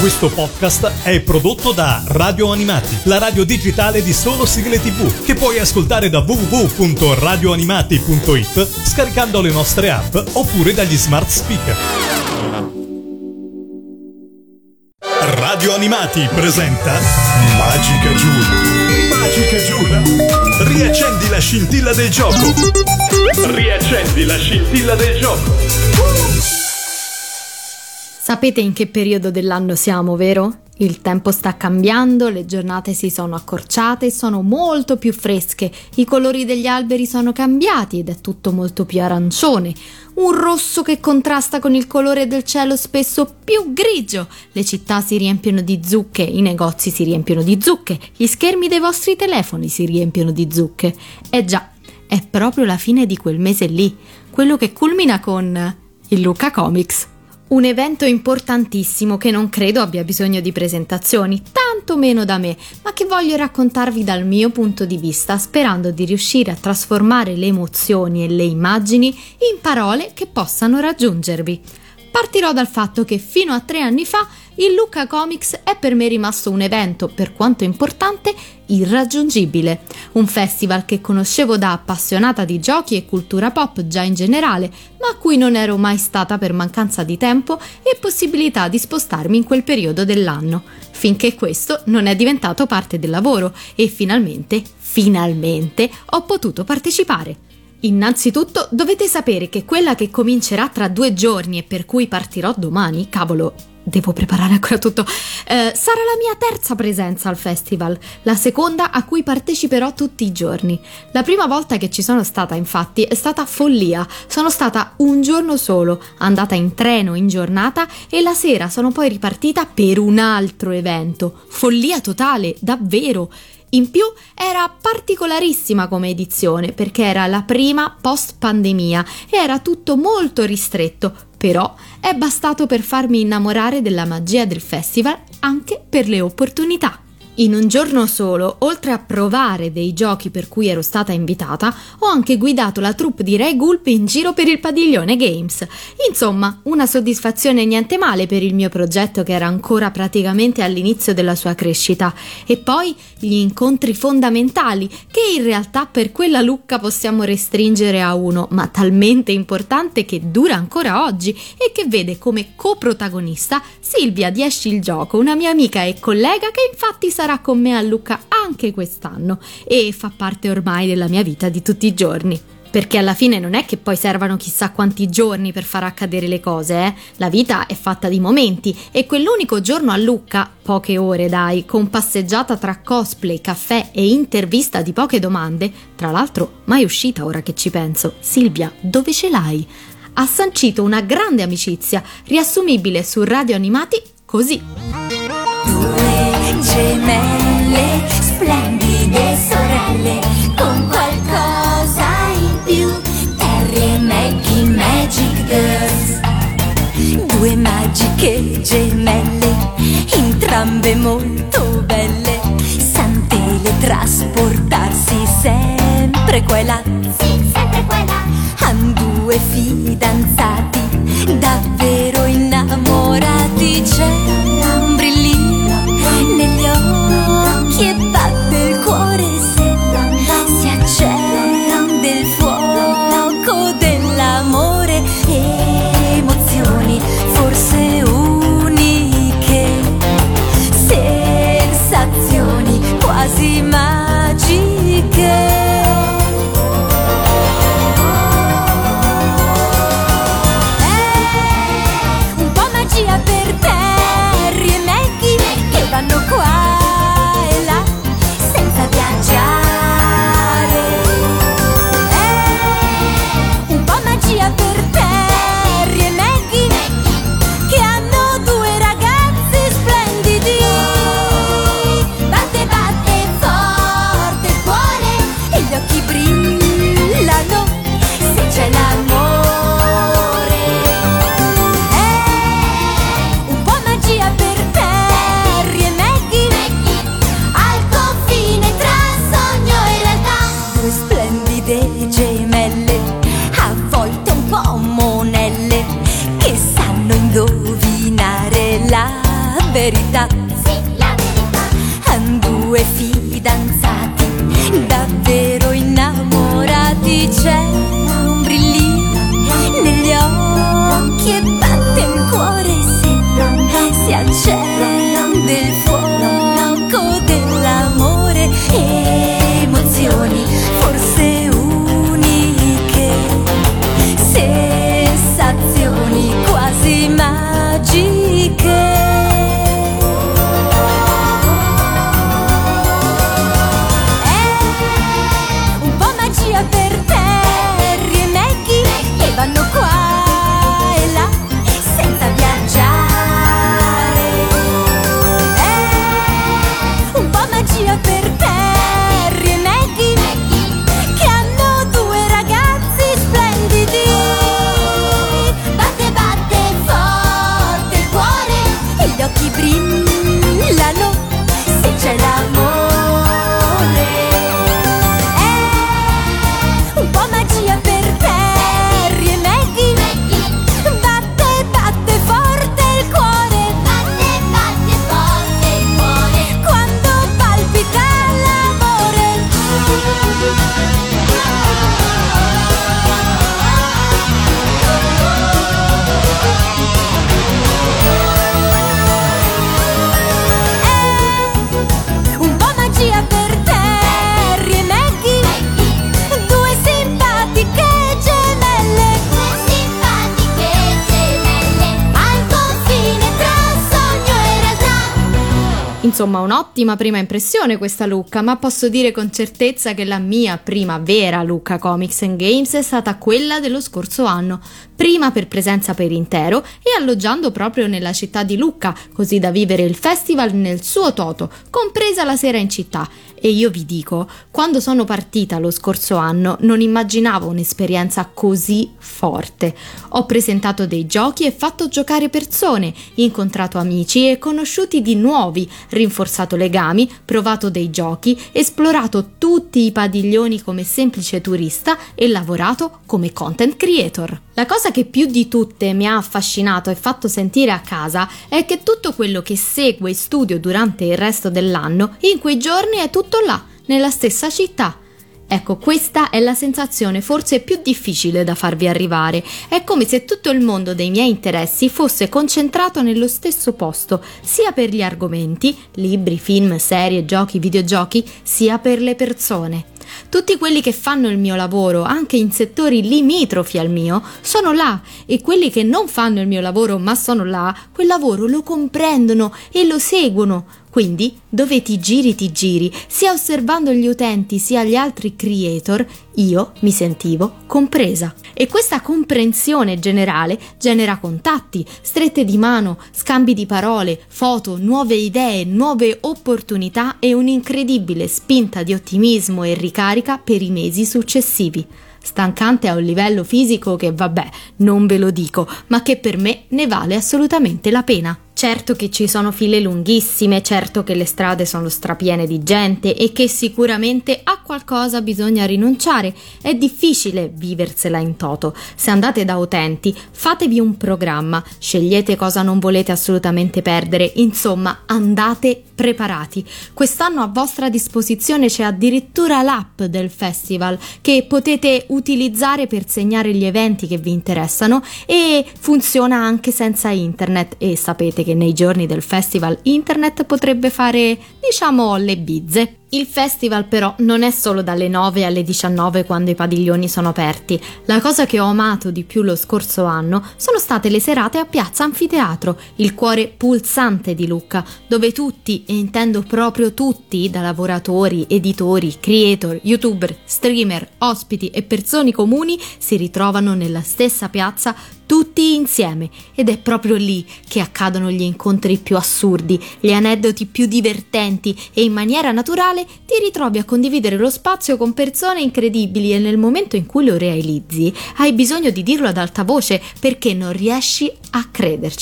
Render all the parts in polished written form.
Questo podcast è prodotto da Radio Animati, la radio digitale di solo sigle TV, che puoi ascoltare da www.radioanimati.it scaricando le nostre app oppure dagli smart speaker. Radio Animati presenta Magica Giulia. Magica Giulia. Riaccendi la scintilla del gioco. Riaccendi la scintilla del gioco. Sapete in che periodo dell'anno siamo, vero? Il tempo sta cambiando, le giornate si sono accorciate e sono molto più fresche, i colori degli alberi sono cambiati ed è tutto molto più arancione, un rosso che contrasta con il colore del cielo spesso più grigio, le città si riempiono di zucche, i negozi si riempiono di zucche, gli schermi dei vostri telefoni si riempiono di zucche. Già, è proprio la fine di quel mese lì, quello che culmina con il Lucca Comics. Un evento importantissimo che non credo abbia bisogno di presentazioni, tanto meno da me, ma che voglio raccontarvi dal mio punto di vista, sperando di riuscire a trasformare le emozioni e le immagini in parole che possano raggiungervi. Partirò dal fatto che fino a 3 anni fa il Lucca Comics è per me rimasto un evento, per quanto importante, irraggiungibile. Un festival che conoscevo da appassionata di giochi e cultura pop già in generale, ma a cui non ero mai stata per mancanza di tempo e possibilità di spostarmi in quel periodo dell'anno, finché questo non è diventato parte del lavoro e finalmente ho potuto partecipare. Innanzitutto dovete sapere che quella che comincerà tra 2 giorni e per cui partirò domani, cavolo, devo preparare ancora tutto, sarà la mia terza presenza al festival, la seconda a cui parteciperò tutti i giorni. La prima volta che ci sono stata, infatti, è stata follia. Sono stata un giorno solo, andata in treno in giornata e la sera sono poi ripartita per un altro evento. Follia totale, davvero! In più era particolarissima come edizione perché era la prima post pandemia e era tutto molto ristretto, però è bastato per farmi innamorare della magia del festival anche per le opportunità. In un giorno solo, oltre a provare dei giochi per cui ero stata invitata, ho anche guidato la troupe di Ray Gulp in giro per il padiglione Games. Insomma, una soddisfazione niente male per il mio progetto che era ancora praticamente all'inizio della sua crescita. E poi gli incontri fondamentali, che in realtà per quella Lucca possiamo restringere a uno, ma talmente importante che dura ancora oggi e che vede come coprotagonista Silvia di Esci il Gioco, una mia amica e collega che infatti sarà con me a Lucca anche quest'anno e fa parte ormai della mia vita di tutti i giorni. Perché alla fine non è che poi servano chissà quanti giorni per far accadere le cose, La vita è fatta di momenti e quell'unico giorno a Lucca, poche ore dai, con passeggiata tra cosplay, caffè e intervista di poche domande, tra l'altro mai uscita ora che ci penso, Silvia, dove ce l'hai? Ha sancito una grande amicizia, riassumibile su Radio Animati così. 2 gemelle, splendide sorelle, con qualcosa in più, Terry e Maggie Magic Girls. 2 magiche gemelle, entrambe molto belle, san teletrasportarsi sempre qua e là. Sì, sempre qua e là. Han 2 fidanzati, davvero innamorati, c'è un brillino negli occhi e batte il cuore se si accende il fuoco dell'amore, emozioni forse uniche, sensazioni quasi magiche. verità. Sì, la verità. Han due fidanzati davvero innamorati, c'è un brillino negli occhi e batte il cuore se si accende il fuoco dell'amore. Emozioni forse uniche, sensazioni quasi magiche. Per Terry e Maggie e vanno qua e là senza viaggiare. Un po' magia per Terry e Maggie che hanno due ragazzi splendidi. Batte batte forte il cuore e gli occhi brillano se c'è l'amore. Insomma, un'ottima prima impressione questa Lucca, ma posso dire con certezza che la mia prima vera Lucca Comics and Games è stata quella dello scorso anno, prima per presenza per intero e alloggiando proprio nella città di Lucca, così da vivere il festival nel suo toto, compresa la sera in città. E io vi dico, quando sono partita lo scorso anno non immaginavo un'esperienza così forte. Ho presentato dei giochi e fatto giocare persone, incontrato amici e conosciuti di nuovi, rinforzato legami, provato dei giochi, esplorato tutti i padiglioni come semplice turista e lavorato come content creator. La cosa che più di tutte mi ha affascinato e fatto sentire a casa è che tutto quello che seguo e studio durante il resto dell'anno, in quei giorni è tutto là, nella stessa città. Ecco, questa è la sensazione forse più difficile da farvi arrivare. È come se tutto il mondo dei miei interessi fosse concentrato nello stesso posto, sia per gli argomenti, libri, film, serie, giochi, videogiochi, sia per le persone. Tutti quelli che fanno il mio lavoro, anche in settori limitrofi al mio, sono là, e quelli che non fanno il mio lavoro ma sono là, quel lavoro lo comprendono e lo seguono. Quindi, dove ti giri, sia osservando gli utenti sia gli altri creator, io mi sentivo compresa. E questa comprensione generale genera contatti, strette di mano, scambi di parole, foto, nuove idee, nuove opportunità e un'incredibile spinta di ottimismo e ricarica per i mesi successivi. Stancante a un livello fisico che, vabbè, non ve lo dico, ma che per me ne vale assolutamente la pena. Certo che ci sono file lunghissime, certo che le strade sono strapiene di gente e che sicuramente a qualcosa bisogna rinunciare. È difficile viversela in toto. Se andate da utenti, fatevi un programma, scegliete cosa non volete assolutamente perdere, insomma, andate preparati. Quest'anno a vostra disposizione c'è addirittura l'app del festival che potete utilizzare per segnare gli eventi che vi interessano e funziona anche senza internet, e sapete che nei giorni del festival internet potrebbe fare, diciamo, le bizze. Il festival però non è solo dalle 9 alle 19 quando i padiglioni sono aperti. La cosa che ho amato di più lo scorso anno sono state le serate a Piazza Anfiteatro, il cuore pulsante di Lucca, dove tutti, e intendo proprio tutti, da lavoratori, editori, creator, youtuber, streamer, ospiti e persone comuni, si ritrovano nella stessa piazza tutti insieme, ed è proprio lì che accadono gli incontri più assurdi, gli aneddoti più divertenti, e in maniera naturale ti ritrovi a condividere lo spazio con persone incredibili, e nel momento in cui lo realizzi hai bisogno di dirlo ad alta voce perché non riesci a crederci.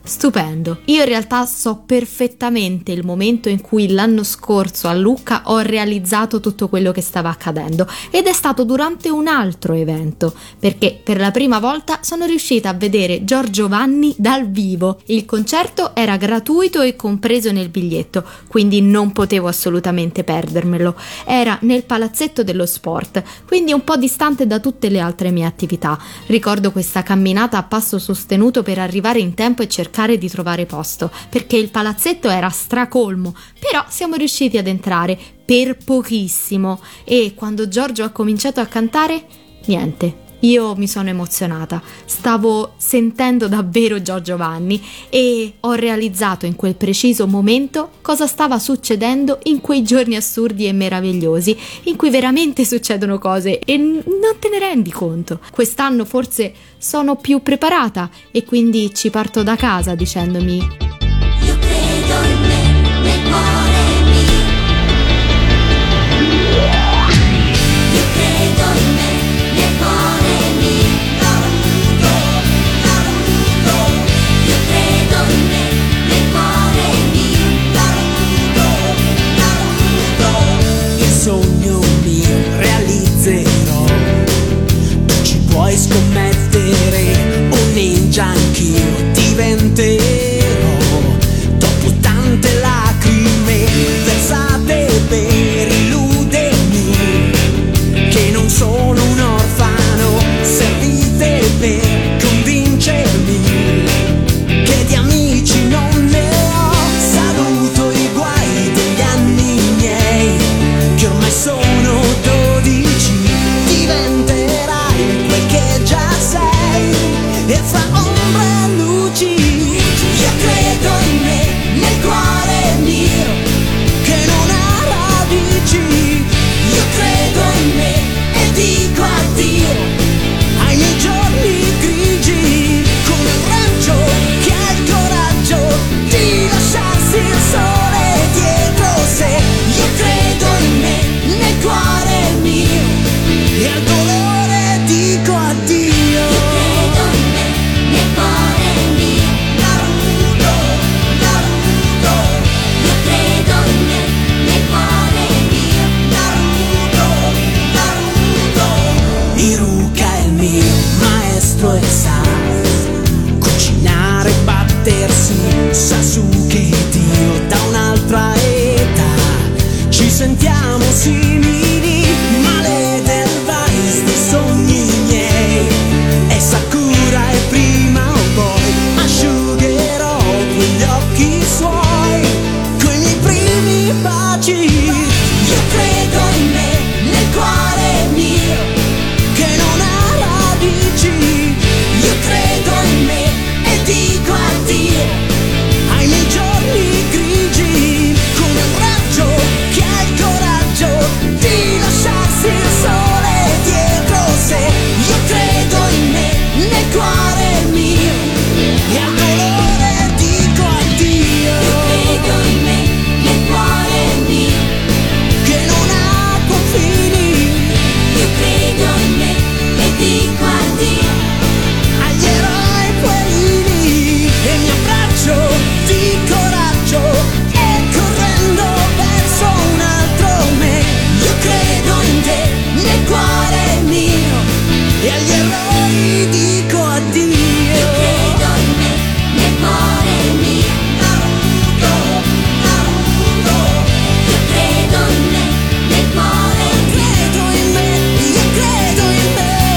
Stupendo. Io in realtà so perfettamente il momento in cui l'anno scorso a Lucca ho realizzato tutto quello che stava accadendo, ed è stato durante un altro evento, perché per la prima volta sono riuscita a vedere Giorgio Vanni dal vivo. Il concerto era gratuito e compreso nel biglietto, quindi non potevo assolutamente perdermelo. Era nel palazzetto dello sport, quindi un po' distante da tutte le altre mie attività. Ricordo questa camminata a passo sostenuto per arrivare in tempo e cercare di trovare posto, perché il palazzetto era stracolmo, però siamo riusciti ad entrare per pochissimo, e quando Giorgio ha cominciato a cantare, niente. Io mi sono emozionata, stavo sentendo davvero Giorgio Vanni e ho realizzato in quel preciso momento cosa stava succedendo in quei giorni assurdi e meravigliosi in cui veramente succedono cose e non te ne rendi conto. Quest'anno forse sono più preparata e quindi ci parto da casa dicendomi: io credo in me, nel cuore mio. Io credo in me, nel cuore mio. Io credo in me, nel cuore mio. Il sogno mio realizzerò, tu ci puoi scommettere, un ninja anch'io diventerò. Dopo tante lacrime versate per illudermi che non sono un orfano, servite per convincermi che di amici non ne ho. Saluto i guai degli anni miei, che ormai sono 12, diventerai quel che già sei, e fra ombre e luci. Io credo in me, nel cuore mio, che non ha radici. Io credo in me e dico addio ai miei giorni grigi, come un raggio che ha il coraggio di lasciarsi il sole dietro sé. Io credo in me, nel cuore mio, e al dolore dico addio. Io credo in me, nel cuore mio. Io credo in me, nel cuore mio. Iruka è il mio maestro e sa cucinare, battersi. Sasuke è Dio da un'altra età. Ci sentiamo simili, ma l'Edelweiss dei sogni miei. E Sakura è prima o poi asciugherò quegli occhi suoi coi miei primi baci. Io credo in me, nel cuore mio, Che non ha radici. io credo in me e dico addio Ai miei giorni grigi, come un raggio che ha il coraggio di lasciarsi il sole dietro sé. Io credo in me, nel cuore mio. E al dolore dico addio. Io credo in me, nel cuore mio. Che non ha confini. Io credo in me e dico addio. Agli eroi puerini, e mi abbraccio di coraggio, e correndo verso un altro me. Io credo in te, nel cuore mio. E agli eroi dico addio. Io credo in me, nel cuore mio. Io credo in me, nel cuore mio. Credo in me, io credo in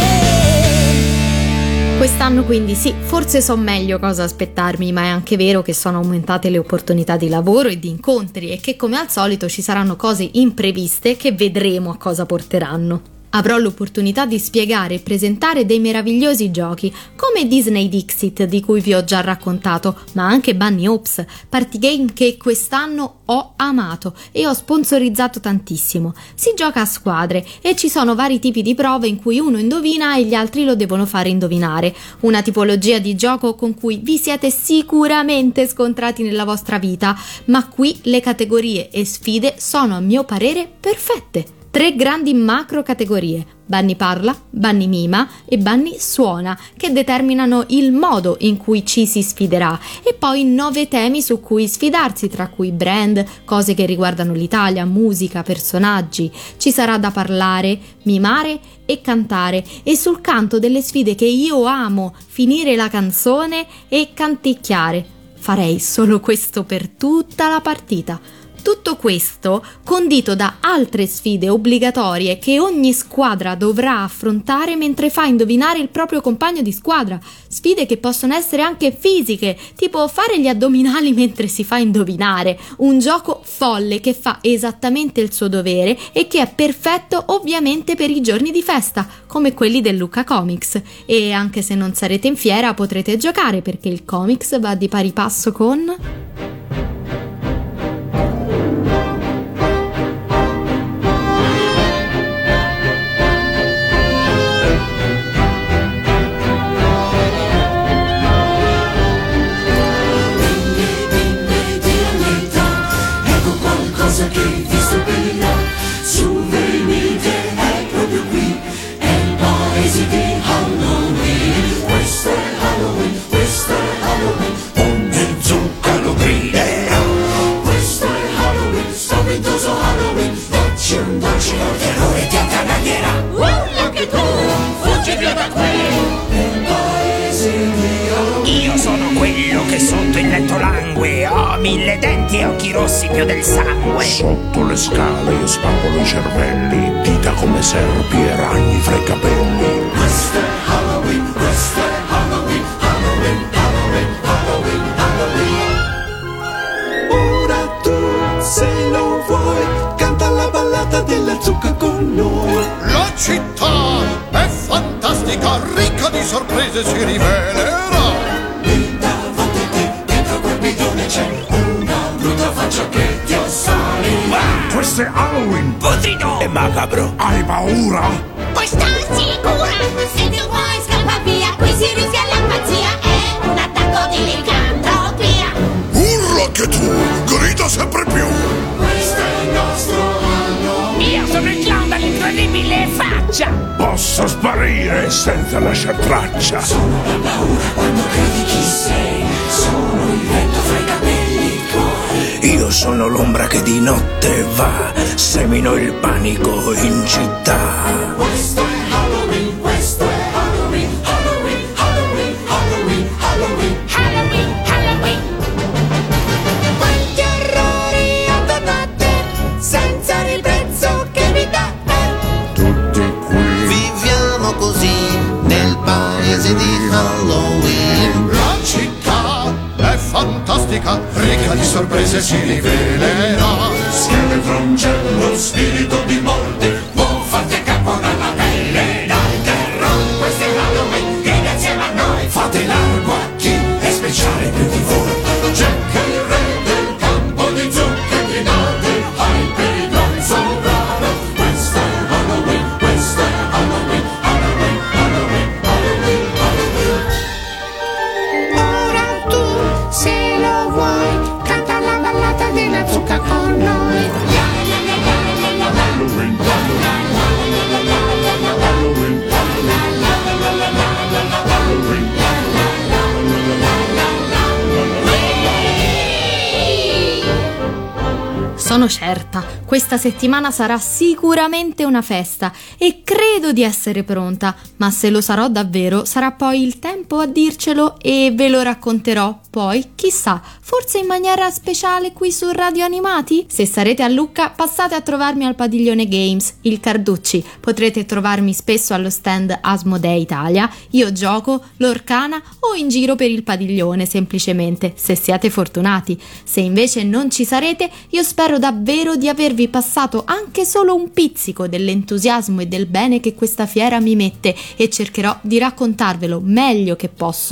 me. Quest'anno quindi sì, forse so meglio cosa aspettarmi, ma è anche vero che sono aumentate le opportunità di lavoro e di incontri e che come al solito ci saranno cose impreviste che vedremo a cosa porteranno. Avrò l'opportunità di spiegare e presentare dei meravigliosi giochi come Disney Dixit, di cui vi ho già raccontato, ma anche Bunny Hopes, party game che quest'anno ho amato e ho sponsorizzato tantissimo. Si gioca a squadre e ci sono vari tipi di prove in cui uno indovina e gli altri lo devono fare indovinare, una tipologia di gioco con cui vi siete sicuramente scontrati nella vostra vita, ma qui le categorie e sfide sono a mio parere perfette. 3 grandi macro categorie: Bunny parla, Bunny mima e Bunny suona, che determinano il modo in cui ci si sfiderà, e poi 9 temi su cui sfidarsi, tra cui brand, cose che riguardano l'Italia, musica, personaggi. Ci sarà da parlare, mimare e cantare, e sul canto delle sfide che io amo: finire la canzone e canticchiare. Farei solo questo per tutta la partita. Tutto questo condito da altre sfide obbligatorie che ogni squadra dovrà affrontare mentre fa indovinare il proprio compagno di squadra. Sfide che possono essere anche fisiche, tipo fare gli addominali mentre si fa indovinare. Un gioco folle che fa esattamente il suo dovere e che è perfetto ovviamente per i giorni di festa, come quelli del Lucca Comics. E anche se non sarete in fiera potrete giocare, perché il comics va di pari passo con... Io sono quello che sotto il letto langue, ho 1000 denti e occhi rossi più del sangue. Sotto le scale io spaccolo i cervelli, dita come serpi e ragni fra i capelli. Questo è Halloween, questo è Halloween, Halloween, Halloween, Halloween, Halloween. Ora tu, se lo vuoi, canta la ballata della zucca con noi. La città è fantastica, ricca di sorprese, si rivelerà. E davanti a te, dentro quel bidone c'è una brutta faccia che ti assale. Questo è Halloween, Putrido e macabro. hai paura? Puoi star sicura, se tu vuoi scappa via, qui si rischia la pazzia, è un attacco di licantropia. Urla che tu, grida sempre più. Questo è il nostro anno. Io sono il clown dall'incredibile faccia. Posso sparire senza lasciar traccia. Sono la paura quando credi chi sei, sono il vento fra i capelli tuoi. Io sono l'ombra che di notte va, semino il panico in città. Questo è Halloween, questo è Halloween, Halloween, Halloween, Halloween, Halloween. Halloween, Halloween. Quanti orrori attorno a te, senza ribrezzo che mi dà. Tutti qui. Viviamo così nel paese di Halloween. La città è fantastica, ricca di sorprese, si rivelerà. Scheletron c'è lo spirito di morte, può farti a capo dalla pelle dal terror. Questo è Halloween, vieni insieme a noi, fate largo a chi è speciale più di voi. Jack è il re del campo di zucche, gridate ai per il gran sovrano. Questo è Halloween, questo è Halloween, Halloween, Halloween, Halloween, Halloween. Ora tu, se lo vuoi, canta la ballata della zucca con noi. Sono certa, questa settimana sarà sicuramente una festa e credo di essere pronta, ma se lo sarò davvero sarà poi il tempo a dircelo e ve lo racconterò poi, chissà, forse in maniera speciale qui su Radio Animati? Se sarete a Lucca passate a trovarmi al Padiglione Games, il Carducci, potrete trovarmi spesso allo stand Asmodee Italia, io gioco, l'Orcana o in giro per il padiglione semplicemente, se siete fortunati. Se invece non ci sarete, io spero davvero di avervi passato anche solo un pizzico dell'entusiasmo e del bene che questa fiera mi mette e cercherò di raccontarvelo meglio che posso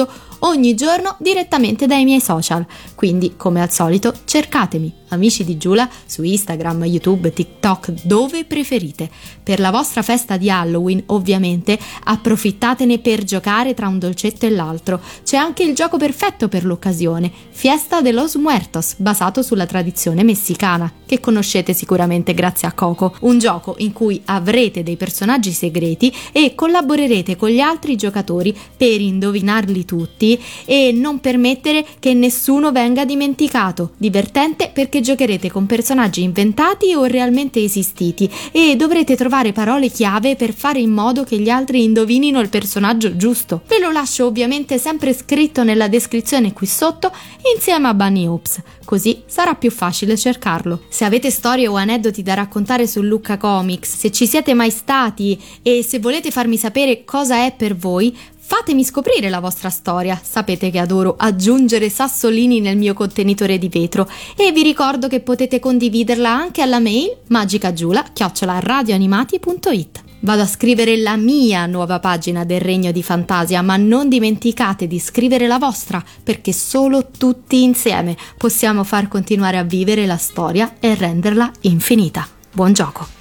ogni giorno direttamente dai miei social. Quindi, come al solito, cercatemi, Amici di Giulia, su Instagram, YouTube, TikTok, dove preferite. Per la vostra festa di Halloween, ovviamente, approfittatene per giocare tra un dolcetto e l'altro. C'è anche il gioco perfetto per l'occasione, Fiesta de los Muertos, basato sulla tradizione messicana, che conoscete sicuramente grazie a Coco, un gioco in cui avrete dei personaggi segreti e collaborerete con gli altri giocatori per indovinarli tutti e non permettere che nessuno venga dimenticato. Divertente perché giocherete con personaggi inventati o realmente esistiti e dovrete trovare parole chiave per fare in modo che gli altri indovinino il personaggio giusto. Ve lo lascio ovviamente sempre scritto nella descrizione qui sotto insieme a Bunny Hoops, così sarà più facile cercarlo. Se avete storie o aneddoti da raccontare su Lucca Comics, se ci siete mai stati e se volete farmi sapere cosa è per voi, fatemi scoprire la vostra storia. Sapete che adoro aggiungere sassolini nel mio contenitore di vetro e vi ricordo che potete condividerla anche alla mail magicagiula@radioanimati.it. Vado a scrivere la mia nuova pagina del Regno di Fantasia, ma non dimenticate di scrivere la vostra, perché solo tutti insieme possiamo far continuare a vivere la storia e renderla infinita. Buon gioco!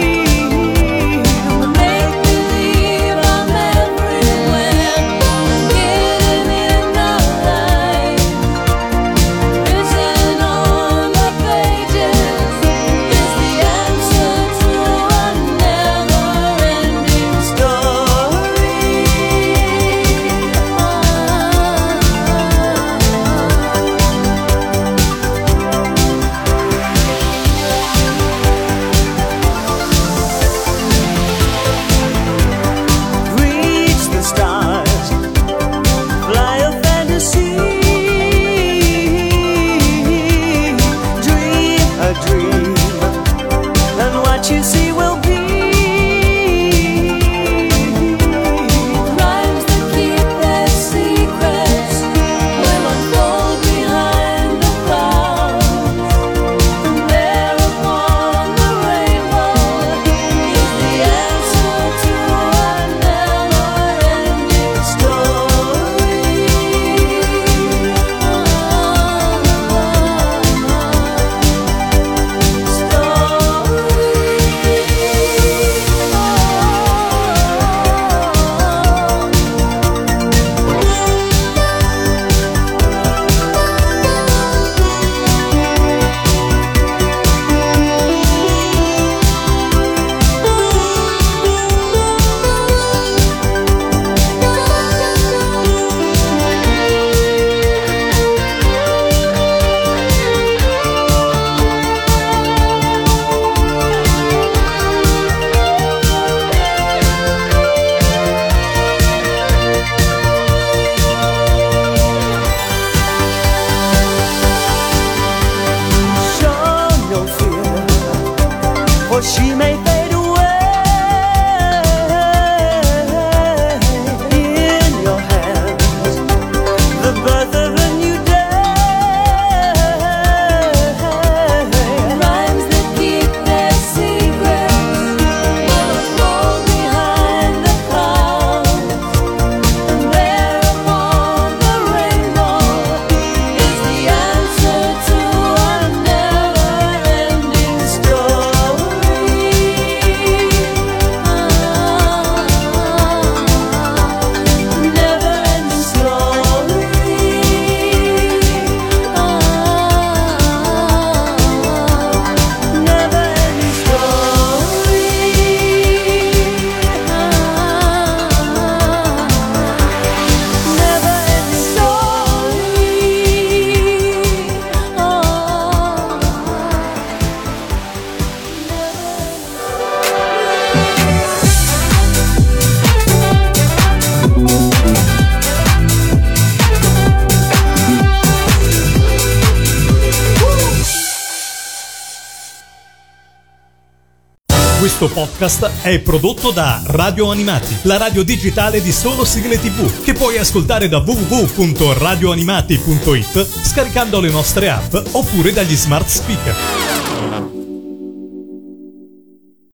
Make believe I'm everywhere. Questo podcast è prodotto da Radio Animati, la radio digitale di solo sigle TV, che puoi ascoltare da www.radioanimati.it scaricando le nostre app oppure dagli smart speaker.